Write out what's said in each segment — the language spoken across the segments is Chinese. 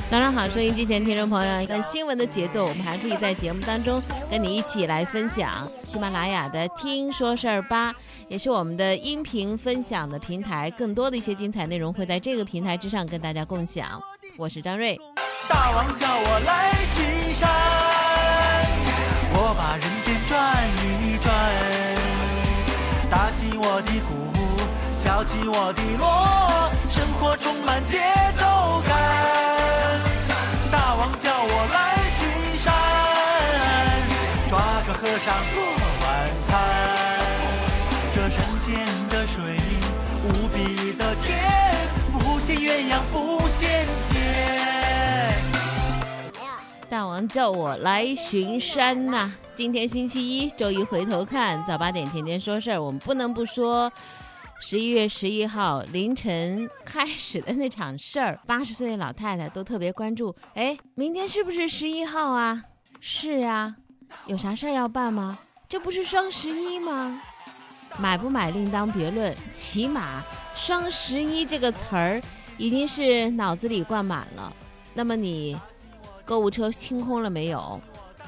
早上好，收音机前听众朋友，跟新闻的节奏，我们还可以在节目当中跟你一起来分享。喜马拉雅的听说事儿吧，也是我们的音频分享的平台，更多的一些精彩内容会在这个平台之上跟大家共享。我是张瑞。 大王叫我来巡山，我把人间转一转，打起我的鼓，敲起我的锣，生活充满节奏感。大王叫我来巡山，抓个和尚做晚餐。这人间的水无比的甜，不羡鸳鸯不羡仙。 大王叫我来巡山呐！今天星期一，周一回头看，早8点天天说事儿，我们不能不说11月11号凌晨开始的那场事儿，80岁的老太太都特别关注。明天是不是11号啊？是啊，有啥事儿要办吗？这不是双11吗？买不买另当别论，起码双11这个词儿已经是脑子里灌满了。那么你购物车清空了没有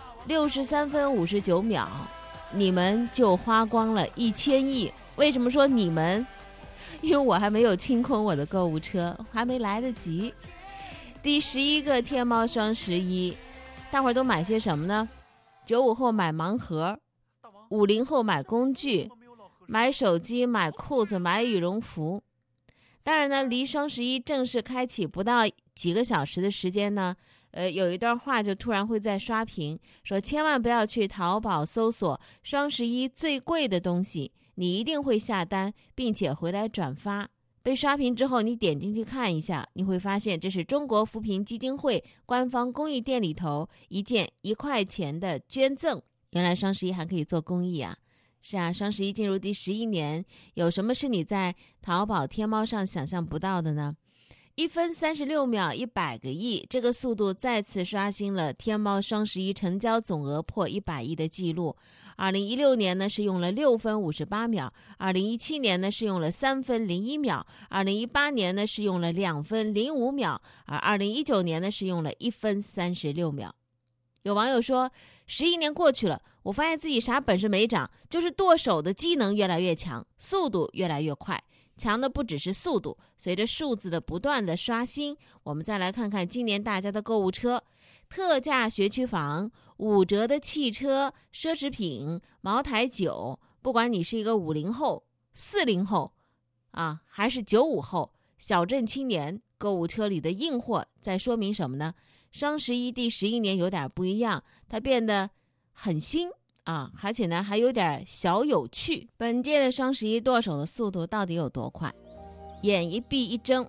？63分59秒，你们就花光了1000亿。为什么说你们？因为我还没有清空我的购物车，还没来得及。第11个天猫双11，大伙儿都买些什么呢？95后买盲盒，50后买工具，买手机，买裤子，买羽绒服。当然呢，离双11正式开启不到几个小时的时间呢，有一段话就突然会在刷屏，说千万不要去淘宝搜索双11最贵的东西，你一定会下单并且回来转发。被刷屏之后，你点进去看一下，你会发现这是中国扶贫基金会官方公益店里头一件1块钱的捐赠。原来双11还可以做公益啊！是啊，双11进入第11年，有什么是你在淘宝天猫上想象不到的呢？1分36秒100个亿，这个速度再次刷新了天猫双11成交总额破100亿的记录。2016年呢是用了6分58秒，2017年呢是用了3分01秒，2018年呢是用了2分05秒，而2019年呢是用了1分36秒。有网友说，11年过去了，我发现自己啥本事没长，就是剁手的机能越来越强，速度越来越快。强的不只是速度，随着数字的不断的刷新，我们再来看看今年大家的购物车：特价学区房、5折的汽车、奢侈品、茅台酒。不管你是一个50后、40后啊，还是95后，小镇青年，购物车里的硬货在说明什么呢？双11第11年有点不一样，它变得很新啊，而且呢还有点小有趣。本届的双11剁手的速度到底有多快？眼一闭一睁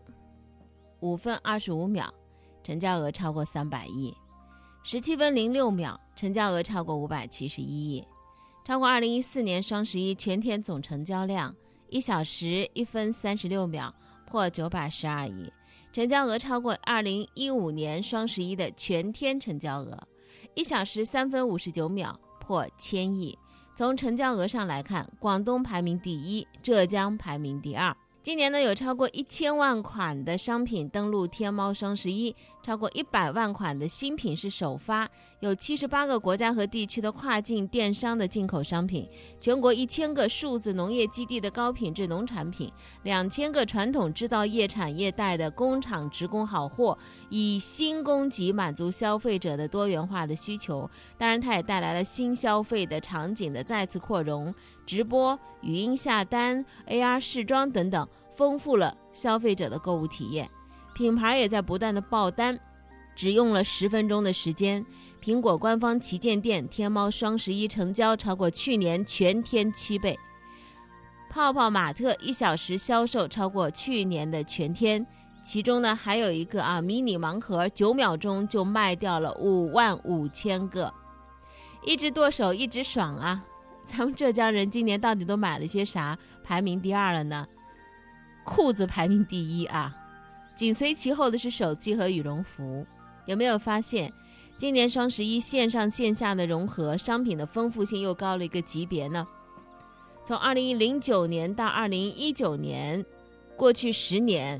，5分25秒，成交额超过300亿；17分06秒，成交额超过571亿。超过2014年双11全天总成交量，1小时1分36秒，破912亿，成交额超过2015年双11的全天成交额，1小时3分59秒，破1000亿。从成交额上来看，广东排名第1，浙江排名第2。今年呢，有超过1000万款的商品登陆天猫双11，超过100万款的新品是首发，有78个国家和地区的跨境电商的进口商品，全国1000个数字农业基地的高品质农产品，2000个传统制造业产业带的工厂职工好货，以新供给满足消费者的多元化的需求。当然，它也带来了新消费的场景的再次扩容，直播、语音下单、AR 试装等等，丰富了消费者的购物体验。品牌也在不断的爆单，只用了10分钟的时间，苹果官方旗舰店天猫双11成交超过去年全天7倍。泡泡玛特1小时销售超过去年的全天，其中呢还有一个迷你盲盒9秒钟就卖掉了55000个。一直剁手一直爽啊！咱们浙江人今年到底都买了些啥，排名第2了呢？裤子排名第1啊，紧随其后的是手机和羽绒服。有没有发现今年双11线上线下的融合，商品的丰富性又高了一个级别呢？从2009年到2019年，过去10年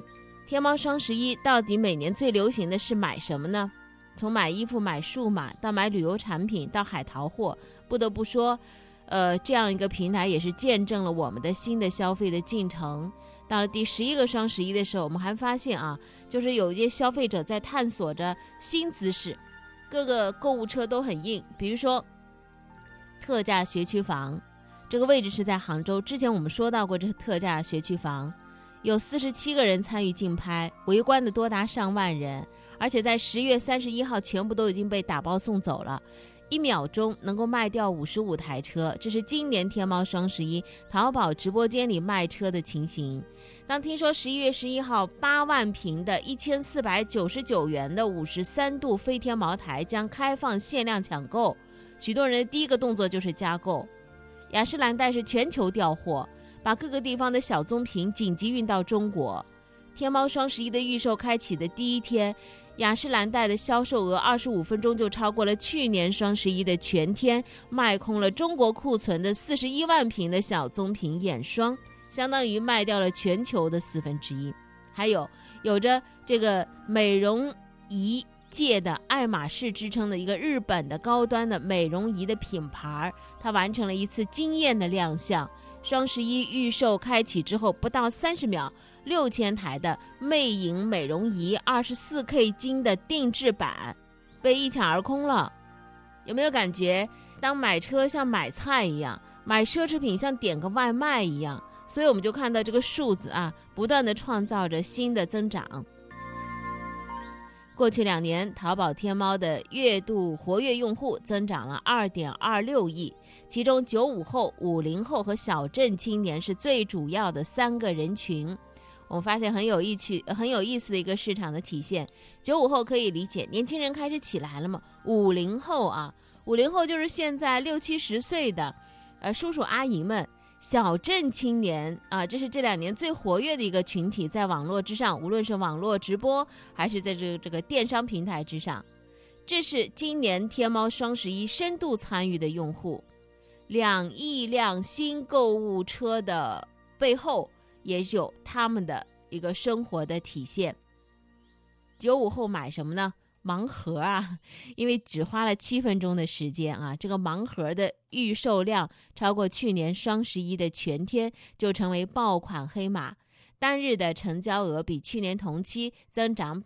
天猫双11到底每年最流行的是买什么呢？从买衣服、买数码到买旅游产品到海淘货，不得不说这样一个平台也是见证了我们的新的消费的进程。到了第11个双11的时候，我们还发现啊，就是有一些消费者在探索着新姿势，各个购物车都很硬。比如说特价学区房，这个位置是在杭州，之前我们说到过这特价学区房，有47个人参与竞拍，围观的多达上万人，而且在10月31号全部都已经被打包送走了，1秒钟能够卖掉55台车，这是今年天猫双11淘宝直播间里卖车的情形。当听说11月11号8万平的1499元的53度飞天茅台将开放限量抢购，许多人的第一个动作就是加购。雅诗兰黛是全球调货，把各个地方的小棕瓶紧急运到中国。天猫双11的预售开启的第一天，雅诗兰黛的销售额25分钟就超过了去年双11的全天，卖空了中国库存的41万瓶的小棕瓶眼霜，相当于卖掉了全球的1/4。还有着这个美容仪界的爱马仕之称的一个日本的高端的美容仪的品牌，它完成了一次惊艳的亮相。双11预售开启之后不到30秒，6000台的魅影美容仪 24K 金的定制版被一抢而空了。有没有感觉当买车像买菜一样，买奢侈品像点个外卖一样？所以我们就看到这个数字啊，不断的创造着新的增长。过去2年，淘宝天猫的月度活跃用户增长了 2.26 亿，其中95后、50后和小镇青年是最主要的3个人群。我们发现很有意思的一个市场的体现。95后可以理解，年轻人开始起来了嘛。50后就是现在60、70岁的叔叔阿姨们。小镇青年啊，这是这2年最活跃的一个群体，在网络之上，无论是网络直播还是在这个电商平台之上，这是今年天猫双11深度参与的用户。2亿辆新购物车的背后，也有他们的一个生活的体现。95后买什么呢？盲盒啊，因为只花了7分钟的时间啊，这个盲盒的预售量超过去年双11的全天，就成为爆款黑马。单日的成交额比去年同期增长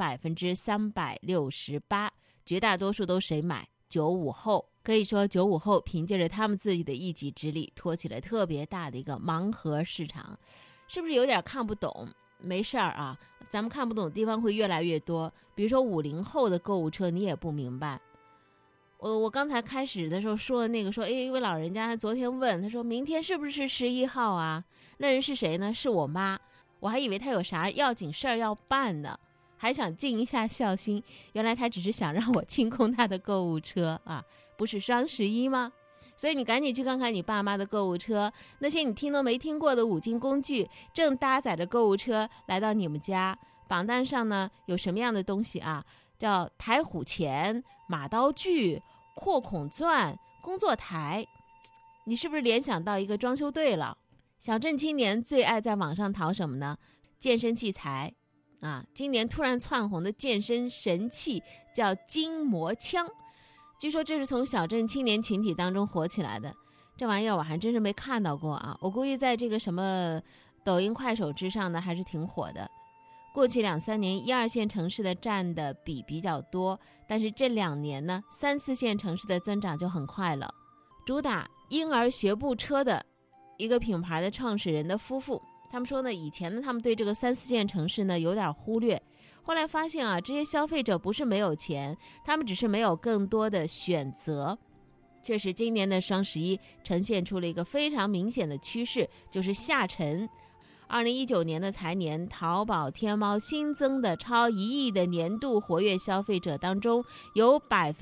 368%， 绝大多数都谁买？95后。可以说95后凭借着他们自己的一己之力，托起了特别大的一个盲盒市场。是不是有点看不懂？没事儿啊，咱们看不懂的地方会越来越多。比如说50后的购物车你也不明白。我刚才开始的时候说那个一位老人家昨天问，他说明天是不是11号啊？那人是谁呢？是我妈。我还以为他有啥要紧事儿要办呢，还想尽一下孝心，原来他只是想让我清空他的购物车啊，不是双11吗？所以你赶紧去看看你爸妈的购物车，那些你听都没听过的5金工具正搭载着购物车来到你们家。榜单上呢有什么样的东西啊？叫台虎钳、马刀锯、扩孔钻、工作台。你是不是联想到一个装修队了？小镇青年最爱在网上淘什么呢？健身器材啊，今年突然窜红的健身神器叫筋膜枪。据说这是从小镇青年群体当中火起来的，这玩意儿我还真是没看到过啊！我估计在这个什么抖音、快手之上呢，还是挺火的。过去2-3年1、2线城市的占的比较多，但是这2年呢，3、4线城市的增长就很快了。主打婴儿学步车的一个品牌的创始人的夫妇，他们说呢，以前呢他们对这个3、4线城市呢有点忽略。后来发现啊，这些消费者不是没有钱，他们只是没有更多的选择。确实今年的双11呈现出了一个非常明显的趋势，就是下沉。2019年的财年，淘宝天猫新增的超1亿的年度活跃消费者当中，有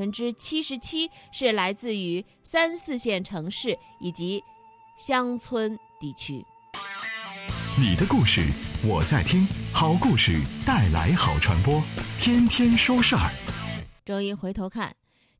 77% 是来自于3、4线城市以及乡村地区。 你的故事我在听，好故事带来好传播，天天说事儿。 周一回头看，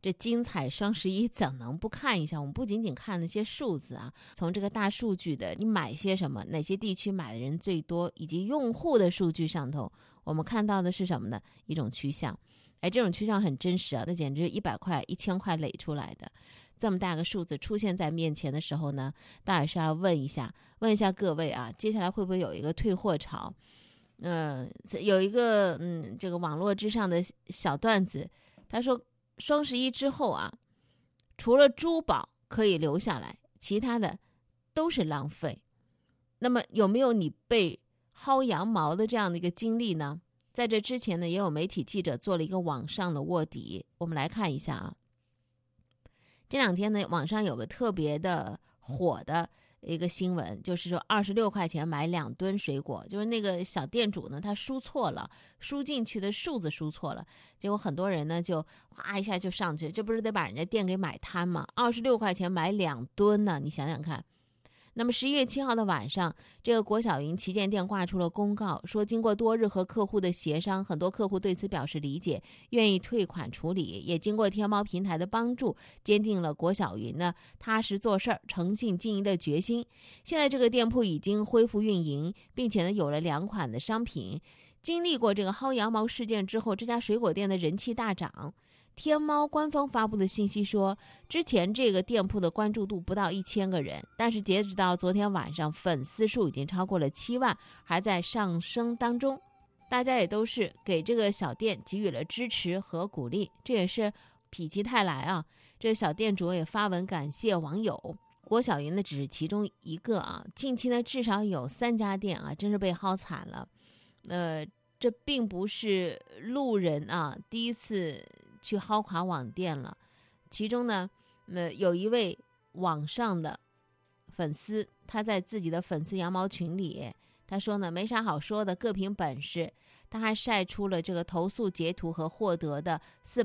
这精彩双11怎能不看一下？我们不仅仅看那些数字啊，从这个大数据的你买些什么，哪些地区买的人最多，以及用户的数据上头，我们看到的是什么呢？一种趋向。这种趋向很真实啊，那简直100块、1000块垒出来的。这么大个数字出现在面前的时候呢，当然是要问一下各位啊，接下来会不会有一个退货潮？有一个这个网络之上的小段子，他说双11之后啊，除了珠宝可以留下来，其他的都是浪费。那么有没有你被薅羊毛的这样的一个经历呢？在这之前呢，也有媒体记者做了一个网上的卧底，我们来看一下啊。这两天呢，网上有个特别的火的一个新闻，就是说26块钱买2吨水果，就是那个小店主呢，他输错了，输进去的数字输错了，结果很多人呢就哗一下就上去，这不是得把人家店给买瘫吗？26块钱买2吨呢，你想想看。那么11月7号的晚上，这个国小云旗舰店挂出了公告，说经过多日和客户的协商，很多客户对此表示理解，愿意退款处理，也经过天猫平台的帮助，坚定了国小云呢踏实做事儿、诚信经营的决心。现在这个店铺已经恢复运营，并且呢有了2款的商品。经历过这个薅羊毛事件之后，这家水果店的人气大涨。天猫官方发布的信息说，之前这个店铺的关注度不到1000个人，但是截止到昨天晚上，粉丝数已经超过了7万，还在上升当中。大家也都是给这个小店给予了支持和鼓励，这也是否极泰来啊。这个小店主也发文感谢网友。国小云呢只是其中一个啊，近期呢至少有3家店啊，真是被薅惨了。这并不是路人啊第一次去薅垮网店了。其中呢，有一位网上的粉丝，他在自己的粉丝羊毛群里，他说呢，没啥好说的，各凭本事。他还晒出了这个投诉截图和获得的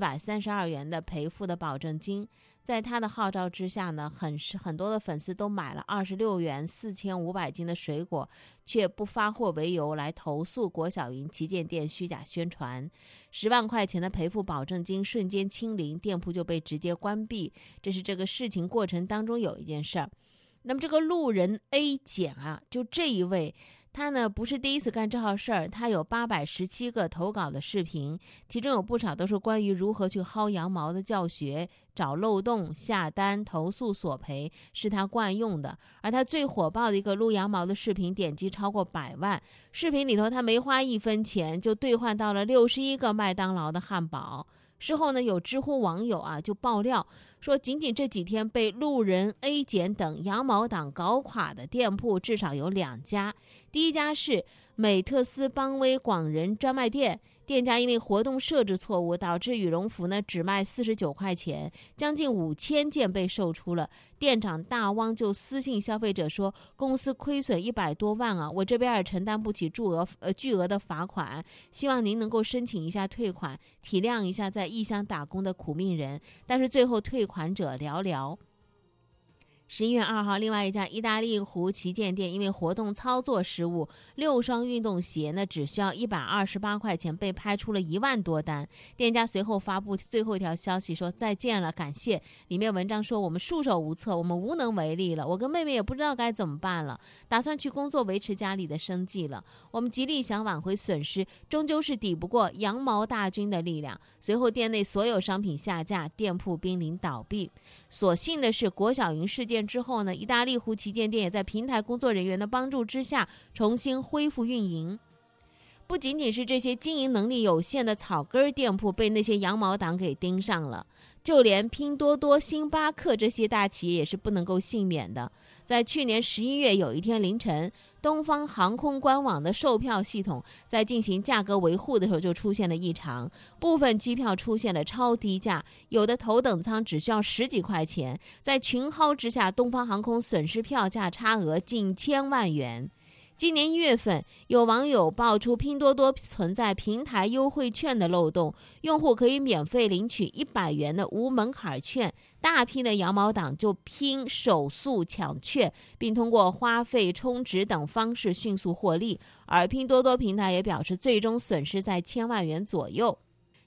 432元的赔付的保证金。在他的号召之下呢，很多的粉丝都买了26元4500斤的水果，却不发货为由来投诉国小云旗舰店虚假宣传。10万块钱的赔付保证金瞬间清零，店铺就被直接关闭。这是这个事情过程当中有一件事儿。那么这个路人 A 减啊，就这一位，他呢不是第一次干这号事儿，他有817个投稿的视频，其中有不少都是关于如何去薅羊毛的教学，找漏洞、下单、投诉索赔是他惯用的。而他最火爆的一个撸羊毛的视频点击超过100万，视频里头他没花1分钱就兑换到了61个麦当劳的汉堡。事后呢，有知乎网友啊就爆料说，仅仅这几天被路人 A 减等羊毛党搞垮的店铺至少有2家。第一家是美特斯邦威广仁专卖店，店家因为活动设置错误，导致羽绒服呢只卖49块钱，将近5000件被售出了。店长大汪就私信消费者说，公司亏损100多万啊，我这边也承担不起巨额的罚款，希望您能够申请一下退款，体谅一下在异乡打工的苦命人。但是最后退款者寥寥。11月2号，另外一家意大利湖旗舰店因为活动操作失误，6双运动鞋呢只需要128块钱被拍出了1万多单。店家随后发布最后一条消息说再见了，感谢。里面文章说，我们束手无策，我们无能为力了，我跟妹妹也不知道该怎么办了，打算去工作维持家里的生计了。我们极力想挽回损失，终究是抵不过羊毛大军的力量。随后店内所有商品下架，店铺濒临倒闭。所幸的是，国小云事件之后呢，意大利湖旗舰店也在平台工作人员的帮助之下重新恢复运营。不仅仅是这些经营能力有限的草根店铺被那些羊毛党给盯上了，就连拼多多、星巴克这些大企业也是不能够幸免的。在去年11月有一天凌晨，东方航空官网的售票系统在进行价格维护的时候就出现了异常，部分机票出现了超低价，有的头等舱只需要10几块钱。在群薅之下，东方航空损失票价差额近1000万元。今年1月份，有网友爆出拼多多存在平台优惠券的漏洞，用户可以免费领取100元的无门槛券，大批的羊毛党就拼手速抢券，并通过花费、充值等方式迅速获利。而拼多多平台也表示，最终损失在1000万元左右。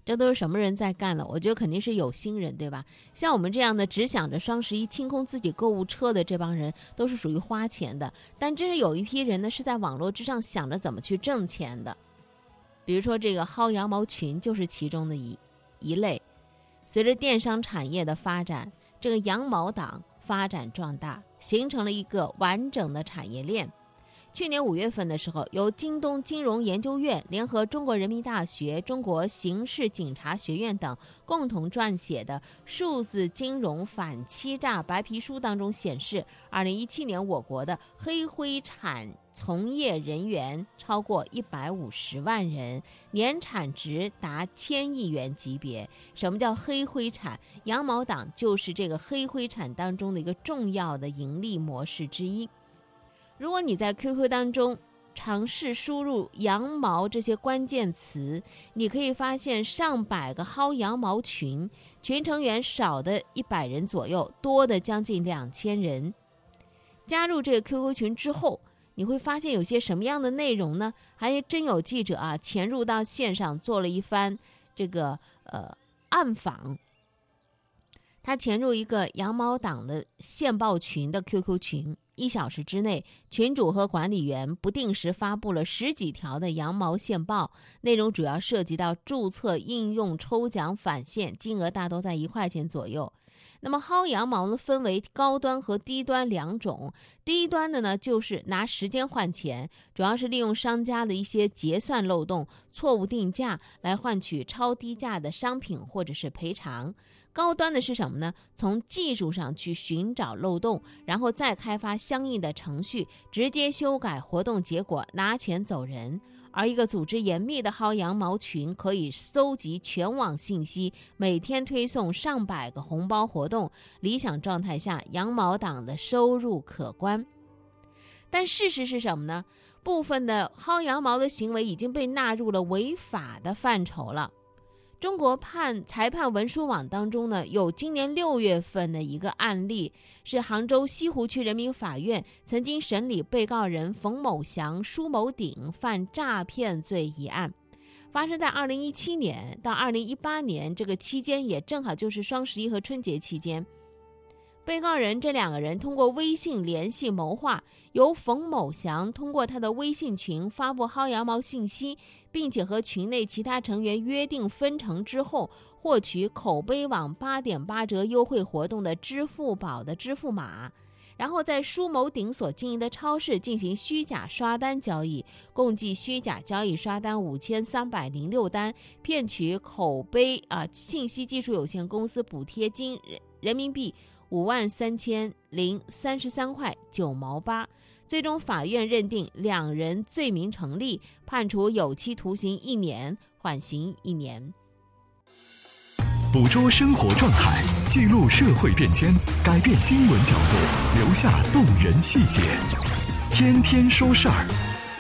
这都是什么人在干的？我觉得肯定是有心人，对吧？像我们这样的只想着双11清空自己购物车的这帮人，都是属于花钱的。但真是有一批人呢，是在网络之上想着怎么去挣钱的。比如说这个薅羊毛群就是其中的一类。随着电商产业的发展，这个羊毛党发展壮大，形成了一个完整的产业链。去年5月份的时候，由京东金融研究院联合中国人民大学、中国刑事警察学院等共同撰写的《数字金融反欺诈白皮书》当中显示，2017年我国的黑灰产从业人员超过150万人，年产值达1000亿元级别。什么叫黑灰产？羊毛党就是这个黑灰产当中的一个重要的盈利模式之一。如果你在 QQ 当中尝试输入羊毛这些关键词，你可以发现上百个薅羊毛群，群成员少的100人左右，多的将近2000人。加入这个 QQ 群之后，你会发现有些什么样的内容呢？还真有记者潜入到线上做了一番这个暗访。他潜入一个羊毛党的线报群的 QQ 群，1小时之内，群主和管理员不定时发布了10几条的羊毛线报，内容主要涉及到注册、应用、抽奖、返现，金额大多在1块钱左右。那么薅羊毛呢，分为高端和低端2种。低端的呢，就是拿时间换钱，主要是利用商家的一些结算漏洞、错误定价来换取超低价的商品或者是赔偿。高端的是什么呢？从技术上去寻找漏洞，然后再开发相应的程序，直接修改活动结果，拿钱走人。而一个组织严密的薅羊毛群可以搜集全网信息，每天推送上百个红包活动，理想状态下羊毛党的收入可观。但事实是什么呢？部分的薅羊毛的行为已经被纳入了违法的范畴了。中国裁判文书网当中呢，有今年6月份的一个案例，是杭州西湖区人民法院曾经审理被告人冯某祥、舒某鼎犯诈骗罪一案，发生在2017年到2018年这个期间，也正好就是双11和春节期间。被告人这2个人通过微信联系谋划，由冯某祥通过他的微信群发布薅羊毛信息，并且和群内其他成员约定分成之后，获取口碑网8.8折优惠活动的支付宝的支付码，然后在舒某鼎所经营的超市进行虚假刷单交易，共计虚假交易刷单5306单，骗取口碑信息技术有限公司补贴金人民币53033块9毛8。最终法院认定2人罪名成立，判处有期徒刑1年，缓刑1年。 捕捉生活状态，记录社会变迁，改变新闻角度，留下动人细节。天天说事儿。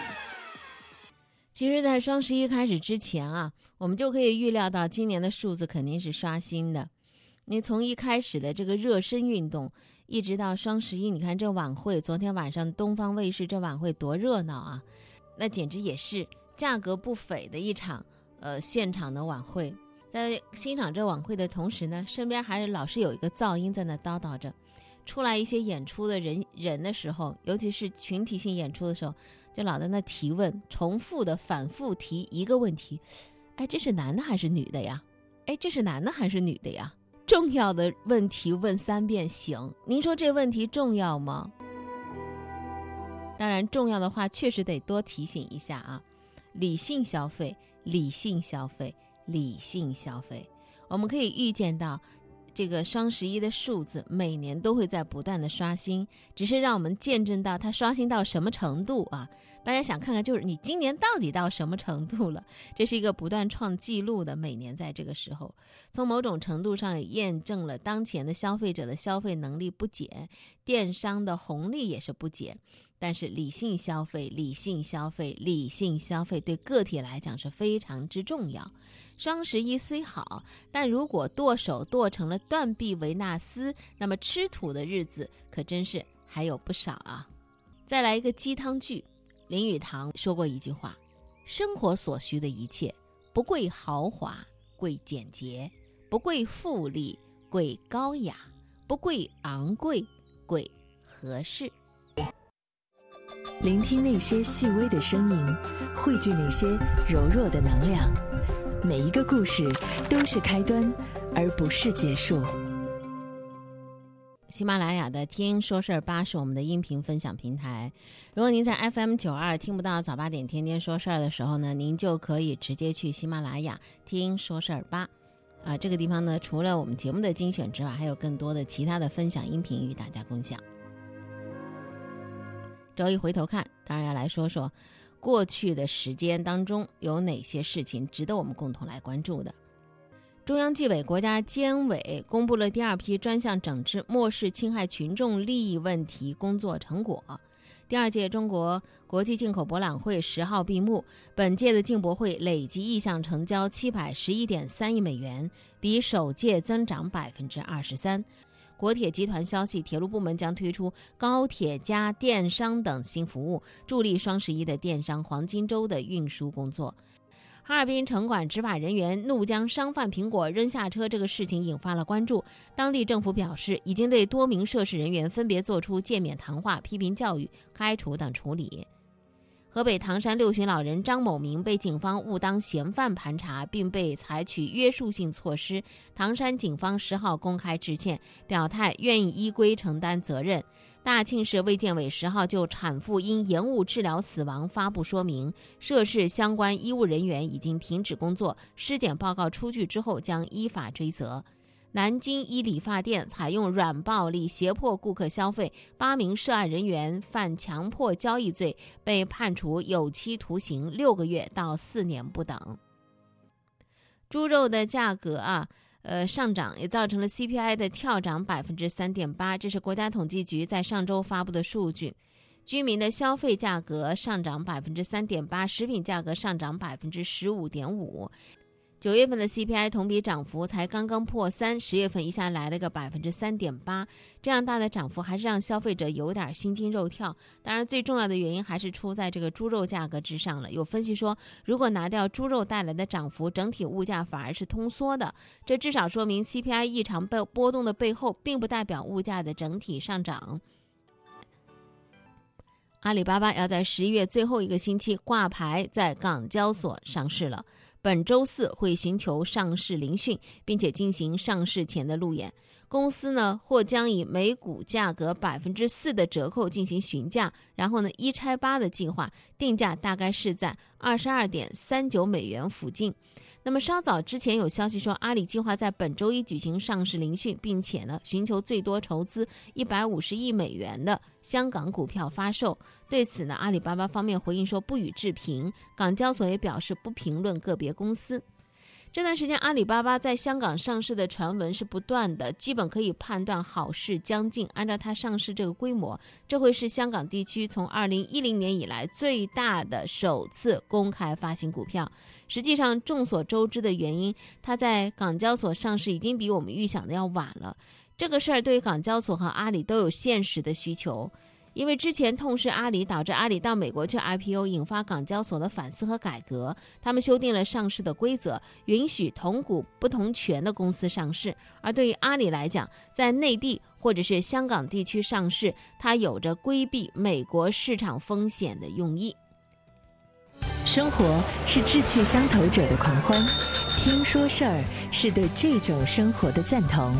其实在双11开始之前我们就可以预料到今年的数字肯定是刷新的。你从一开始的这个热身运动，一直到双11，你看这晚会，昨天晚上东方卫视这晚会多热闹那简直也是价格不菲的一场现场的晚会。在欣赏这晚会的同时呢，身边还是老是有一个噪音在那叨叨着。出来一些演出的人的时候，尤其是群体性演出的时候，就老在那提问，重复的反复提一个问题：这是男的还是女的呀？这是男的还是女的呀？重要的问题问3遍行，您说这问题重要吗？当然重要的话确实得多提醒一下理性消费，理性消费，理性消费。我们可以预见到这个双11的数字每年都会在不断的刷新，只是让我们见证到它刷新到什么程度大家想看看，就是你今年到底到什么程度了？这是一个不断创纪录的，每年在这个时候，从某种程度上也验证了当前的消费者的消费能力不减，电商的红利也是不减。但是理性消费，理性消费，理性消费对个体来讲是非常之重要。双11虽好，但如果剁手剁成了断臂维纳斯，那么吃土的日子可真是还有不少再来一个鸡汤句，林语堂说过一句话：生活所需的一切，不贵豪华， 贵简洁，不贵富丽，贵高雅，不贵昂贵，贵合适。 聆听那些细微的声音，汇聚那些柔弱的能量。每一个故事都是开端，而不是结束。 喜马拉雅的听说事儿8是我们的音频分享平台。如果您在 FM92 听不到早8点天天说事儿的时候呢，您就可以直接去喜马拉雅听说事儿8。这个地方呢，除了我们节目的精选之外，还有更多的其他的分享音频与大家共享。周一回头看，当然要来说说过去的时间当中有哪些事情值得我们共同来关注的。中央纪委国家监委公布了第2批专项整治漠视侵害群众利益问题工作成果。第2届中国国际进口博览会10号闭幕，本届的进博会累计意向成交711.3亿美元，比首届增长23%。国铁集团消息，铁路部门将推出高铁加电商等新服务，助力双11的电商黄金周的运输工作。哈尔滨城管执法人员怒将商贩苹果扔下车，这个事情引发了关注。当地政府表示，已经对多名涉事人员分别作出诫勉谈话、批评教育、开除等处理。河北唐山6旬老人张某明被警方误当嫌犯盘查，并被采取约束性措施。唐山警方10号公开致歉，表态愿意依规承担责任。大庆市卫健委10号就产妇因延误治疗死亡发布说明，涉事相关医务人员已经停止工作，尸检报告出具之后将依法追责。南京一理发店采用软暴力胁迫顾客消费，8名涉案人员犯强迫交易罪，被判处有期徒刑6个月到4年不等。猪肉的价格上涨，也造成了 CPI 的跳涨3.8%，这是国家统计局在上周发布的数据。居民的消费价格上涨3.8%，食品价格上涨15.5%。9月份的 CPI 同比涨幅才刚刚破3，10月份一下来了个3.8%，这样大的涨幅还是让消费者有点心惊肉跳。当然，最重要的原因还是出在这个猪肉价格之上了。有分析说，如果拿掉猪肉带来的涨幅，整体物价反而是通缩的。这至少说明 CPI 异常波动的背后，并不代表物价的整体上涨。阿里巴巴要在11月最后一个星期挂牌在港交所上市了。本周4会寻求上市聆讯，并且进行上市前的路演。公司呢或将以每股价格4%的折扣进行询价，然后呢1拆8的计划，定价大概是在22.39美元附近。那么稍早之前有消息说，阿里计划在本周1举行上市聆讯，并且呢寻求最多筹资150亿美元的香港股票发售。对此呢，阿里巴巴方面回应说不予置评，港交所也表示不评论个别公司。这段时间阿里巴巴在香港上市的传闻是不断的，基本可以判断好事将近。按照它上市这个规模，这会是香港地区从2010年以来最大的首次公开发行股票。实际上众所周知的原因，它在港交所上市已经比我们预想的要晚了。这个事儿对于港交所和阿里都有现实的需求。因为之前痛失阿里，导致阿里到美国去 IPO， 引发港交所的反思和改革。他们修订了上市的规则，允许同股不同权的公司上市。而对于阿里来讲，在内地或者是香港地区上市，它有着规避美国市场风险的用意。 生活是志趣相投者的狂欢，听说事儿是对这种生活的赞同。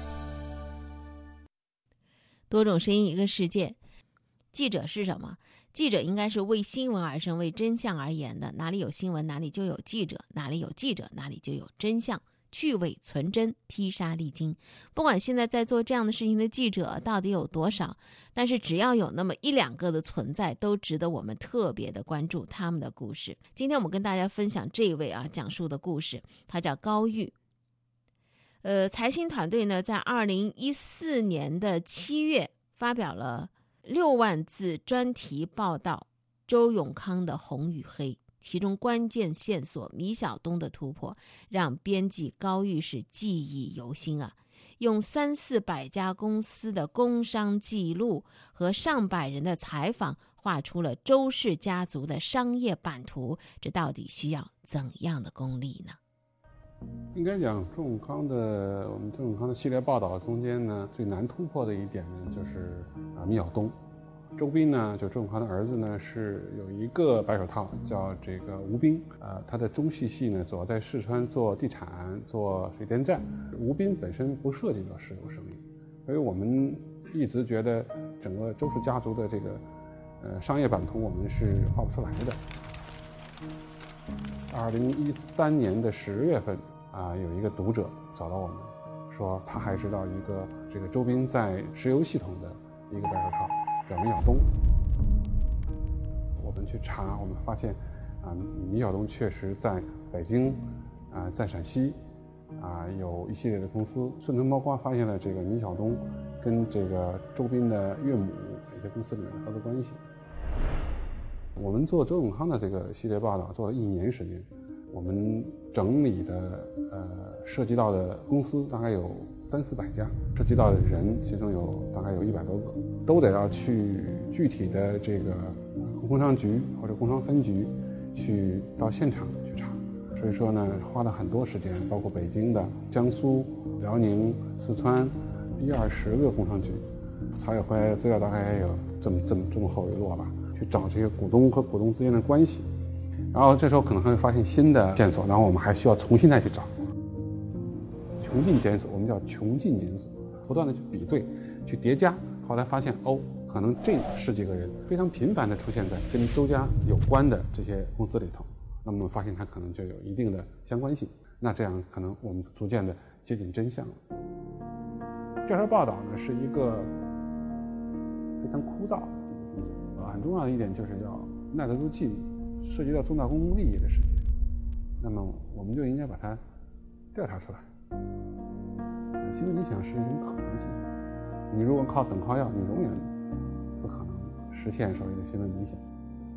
多种声音一个世界。记者是什么？记者应该是为新闻而生，为真相而言的。哪里有新闻，哪里就有记者；哪里有记者，哪里就有真相。去伪存真，披沙历经。不管现在在做这样的事情的记者到底有多少，但是只要有那么1-2个的存在，都值得我们特别的关注他们的故事。今天我们跟大家分享这一位讲述的故事，他叫高玉。财新团队呢，在2014年的7月发表了6万字专题报道周永康的红与黑，其中关键线索米小东的突破让编辑高玉是记忆犹新用300-400家公司的工商记录和上百人的采访，画出了周氏家族的商业版图，这到底需要怎样的功力呢？ 应该讲我们周永康的系列报道中间呢，最难突破的一点呢，就是米小东。周斌呢，就周永康的儿子呢，是有一个白手套叫这个吴斌，他的中戏系呢，主要在四川做地产、做水电站。吴斌本身不涉及到石油生意，所以我们一直觉得整个周氏家族的这个商业版图我们是画不出来的。2013年的10月份有一个读者找到我们，说他还知道一个这个周斌在石油系统的一个白手套，叫米小东。我们去查，我们发现米小东确实在北京在陕西有一系列的公司，顺藤摸瓜发现了这个米小东跟这个周斌的岳母一些公司里面的合作关系。我们做周永康的这个系列报道做了1年时间，我们整理的涉及到的公司大概有300-400家，涉及到的人其中大概有100多个，都得要去具体的这个工商局或者工商分局去到现场去查。所以说呢，花了很多时间，包括北京的、江苏、辽宁、四川10-20个工商局，查阅回来的资料大概有这么厚一摞吧，去找这些股东和股东之间的关系。然后这时候可能还会发现新的线索，然后我们还需要重新再去找。穷尽检索，我们叫穷尽检索，不断的去比对、去叠加。后来发现可能这10几个人非常频繁的出现在跟周家有关的这些公司里头，那么发现它可能就有一定的相关性。那这样可能我们逐渐的接近真相了。调查报道呢是一个非常枯燥的工作，很重要的一点就是要耐得住寂寞。涉及到重大公共利益的事情，那么我们就应该把它调查出来。新闻理想是一种可能性，你如果靠等靠要，你永远不可能实现所谓的新闻理想。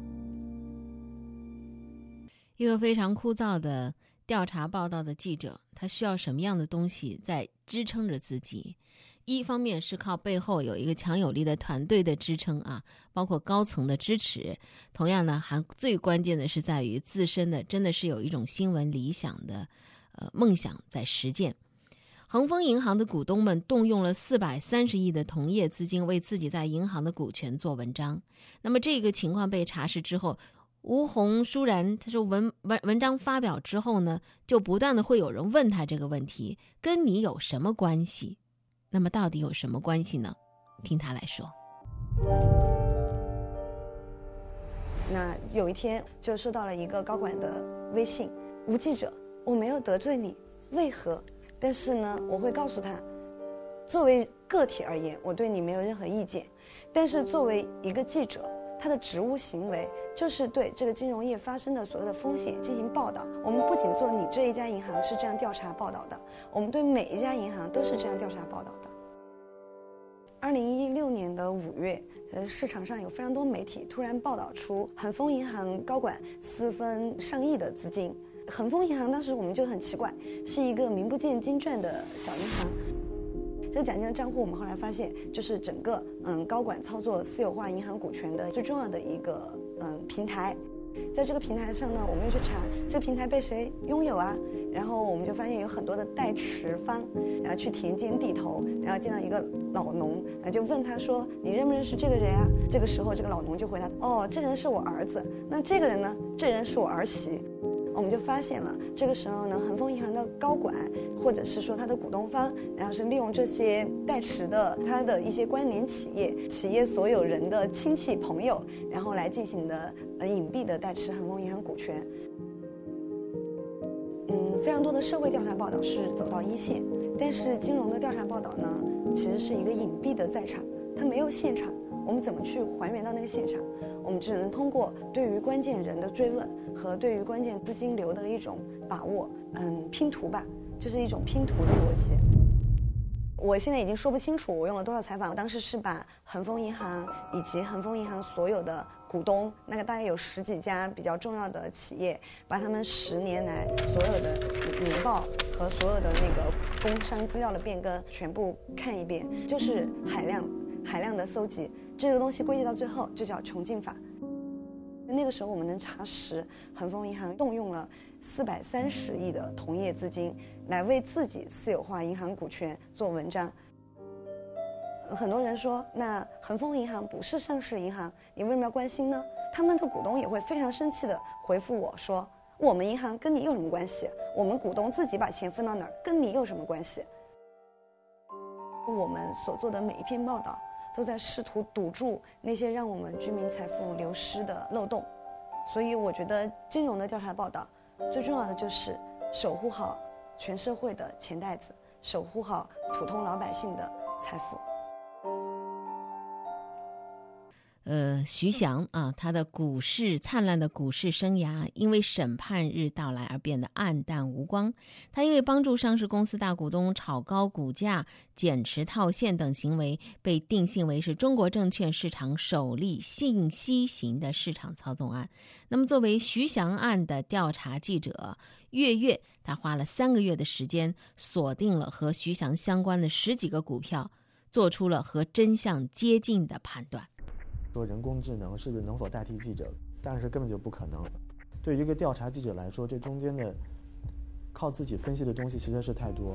一个非常枯燥的调查报道的记者，他需要什么样的东西在支撑着自己？一方面是靠背后有一个强有力的团队的支撑包括高层的支持。同样呢，还最关键的是在于自身的真的是有一种新闻理想的梦想在实践。恒丰银行的股东们动用了430亿的同业资金为自己在银行的股权做文章。那么这个情况被查实之后，吴洪舒然他说文章发表之后呢，就不断的会有人问他这个问题，跟你有什么关系？那么到底有什么关系呢？听他来说。 那有一天就收到了一个高管的微信，吴记者，我没有得罪你，为何？但是呢，我会告诉他，作为个体而言，我对你没有任何意见，但是作为一个记者，他的职务行为就是对这个金融业发生的所有的风险进行报道。我们不仅做你这一家银行是这样调查报道的，我们对每一家银行都是这样调查报道的。2016年的5月，市场上有非常多媒体突然报道出恒丰银行高管私分上亿的资金。恒丰银行当时我们就很奇怪，是一个名不见经传的小银行。这个奖金的账户，我们后来发现就是整个高管操作私有化银行股权的最重要的一个平台。在这个平台上呢，我们又去查这个平台被谁拥有然后我们就发现有很多的代持方，然后去田间地头，然后见到一个老农，就问他说：“你认不认识这个人啊？”这个时候，这个老农就回答：“哦，这个人是我儿子。那这个人呢？这人是我儿媳。”我们就发现了，这个时候呢，恒丰银行的高管或者是说他的股东方，然后是利用这些代持的他的一些关联企业所有人的亲戚朋友，然后来进行的隐蔽的代持恒丰银行股权。非常多的社会调查报道是走到一线，但是金融的调查报道呢，其实是一个隐蔽的在场，它没有现场。我们怎么去还原到那个现场？我们只能通过对于关键人的追问和对于关键资金流的一种把握，拼图吧，就是一种拼图的逻辑。我现在已经说不清楚我用了多少采访，我当时是把恒丰银行以及恒丰银行所有的股东，那个大概有10几家比较重要的企业，把他们10年来所有的年报和所有的那个工商资料的变更全部看一遍，就是海量的搜集。这个东西归结到最后就叫穷尽法。 那个时候我们能查实，恒丰银行动用了430亿的同业资金来为自己私有化银行股权做文章。很多人说，那恒丰银行不是上市银行，你为什么要关心呢？他们的股东也会非常生气地回复我说，我们银行跟你有什么关系？我们股东自己把钱分到哪儿，跟你有什么关系？我们所做的每一篇报道都在试图堵住那些让我们居民财富流失的漏洞，所以我觉得金融的调查报道最重要的就是守护好全社会的钱袋子，守护好普通老百姓的财富。 徐翔啊，他的灿烂的股市生涯因为审判日到来而变得黯淡无光。他因为帮助上市公司大股东炒高股价、减持套现等行为，被定性为是中国证券市场首例信息型的市场操纵案。那么作为徐翔案的调查记者月，他花了3个月的时间，锁定了和徐翔相关的10几个股票，做出了和真相接近的判断。 说人工智能是不是能否代替记者？但是根本就不可能。对于一个调查记者来说，这中间的靠自己分析的东西实在是太多。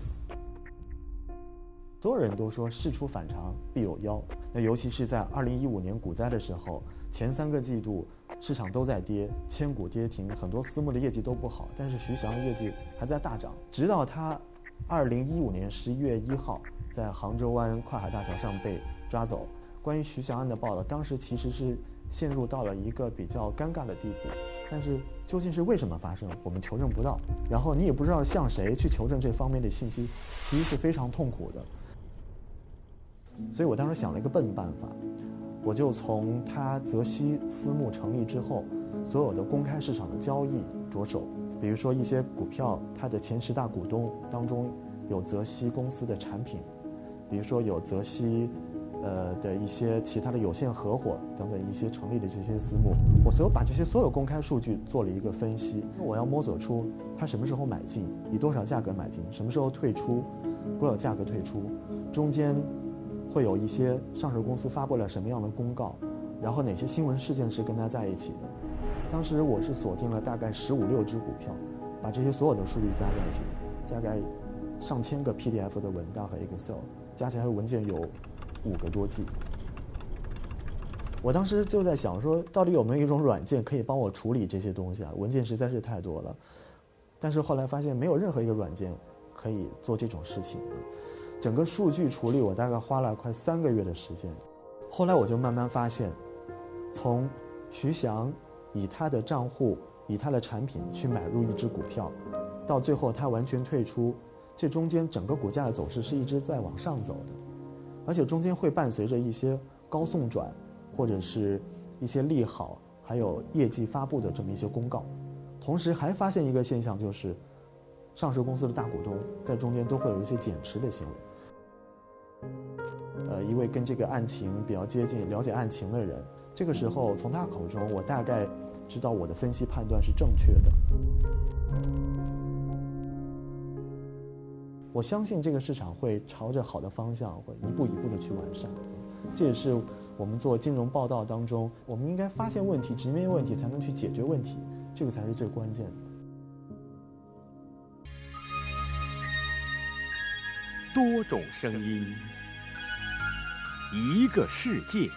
所有人都说事出反常必有妖，那尤其是在2015年股灾的时候，前3个季度市场都在跌，千股跌停，很多私募的业绩都不好，但是徐翔的业绩还在大涨，直到他2015年11月1号在杭州湾跨海大桥上被抓走。关于徐翔案的报道，当时其实是陷入到了一个比较尴尬的地步，但是究竟是为什么发生，我们求证不到，然后你也不知道向谁去求证这方面的信息，其实是非常痛苦的。所以我当时想了一个笨办法，我就从他泽熙私募成立之后所有的公开市场的交易着手，比如说一些股票，它的前10大股东当中有泽熙公司的产品，比如说有泽熙的一些其他的有限合伙等等一些成立的这些私募，我把这些所有公开数据做了一个分析，我要摸索出他什么时候买进，以多少价格买进，什么时候退出，多少价格退出，中间会有一些上市公司发布了什么样的公告，然后哪些新闻事件是跟他在一起的。当时我是锁定了大概15、16只股票，把这些所有的数据加在一起，大概上千个 PDF 的文档和 Excel， 加起来文件有5个多 G。 我当时就在想说，到底有没有一种软件可以帮我处理这些东西啊？文件实在是太多了。但是后来发现没有任何一个软件可以做这种事情的。整个数据处理我大概花了快3个月的时间。后来我就慢慢发现，从徐翔以他的账户、以他的产品去买入一只股票，到最后他完全退出，这中间整个股价的走势是一直在往上走的。而且中间会伴随着一些高送转，或者是一些利好，还有业绩发布的这么一些公告。同时还发现一个现象，就是上市公司的大股东在中间都会有一些减持的行为。一位跟这个案情比较接近、了解案情的人，这个时候从他口中，我大概知道我的分析判断是正确的。我相信这个市场会朝着好的方向，会一步一步的去完善。这也是我们做金融报道当中，我们应该发现问题、直面问题，才能去解决问题，这个才是最关键的。 多种声音，一个世界。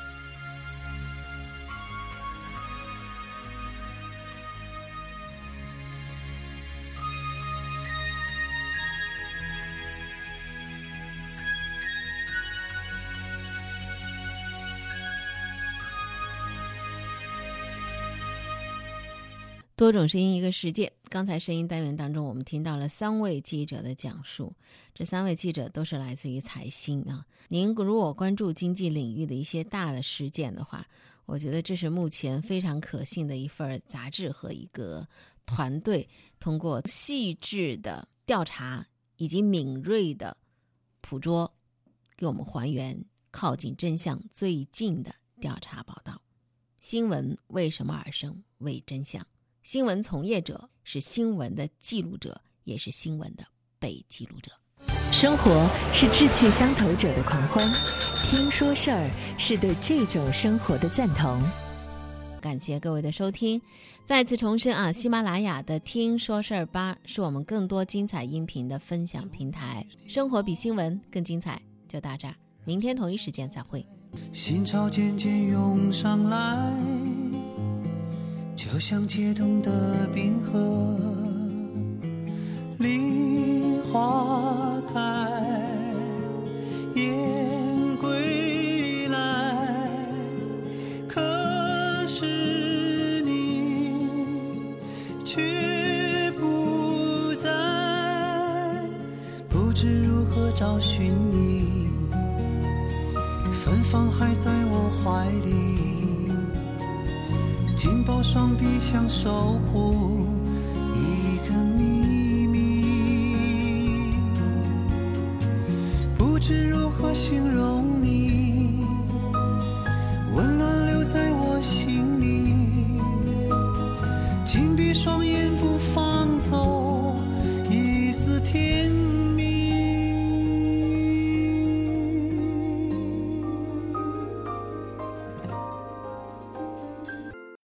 多种声音一个世界。刚才声音单元当中，我们听到了3位记者的讲述，这3位记者都是来自于财新啊。您如果关注经济领域的一些大的事件的话，我觉得这是目前非常可信的一份杂志和一个团队，通过细致的调查以及敏锐的捕捉，给我们还原靠近真相最近的调查报道。新闻为什么而生？为真相。新闻从业者是新闻的记录者，也是新闻的被记录者。 生活是志趣相投者的狂欢，听说事儿是对这种生活的赞同。 感谢各位的收听。再次重申啊，喜马拉雅的听说事儿吧是我们更多精彩音频的分享平台，生活比新闻更精彩，就到这儿，明天同一时间再会。 心潮渐渐涌上来，就像解冻的冰河，梨花开，燕归来，可是你却不在，不知如何找寻你，芬芳还在我怀里，紧抱双臂想守护一个秘密，不知如何形容你，温暖留在我心里，紧闭双眼不放走。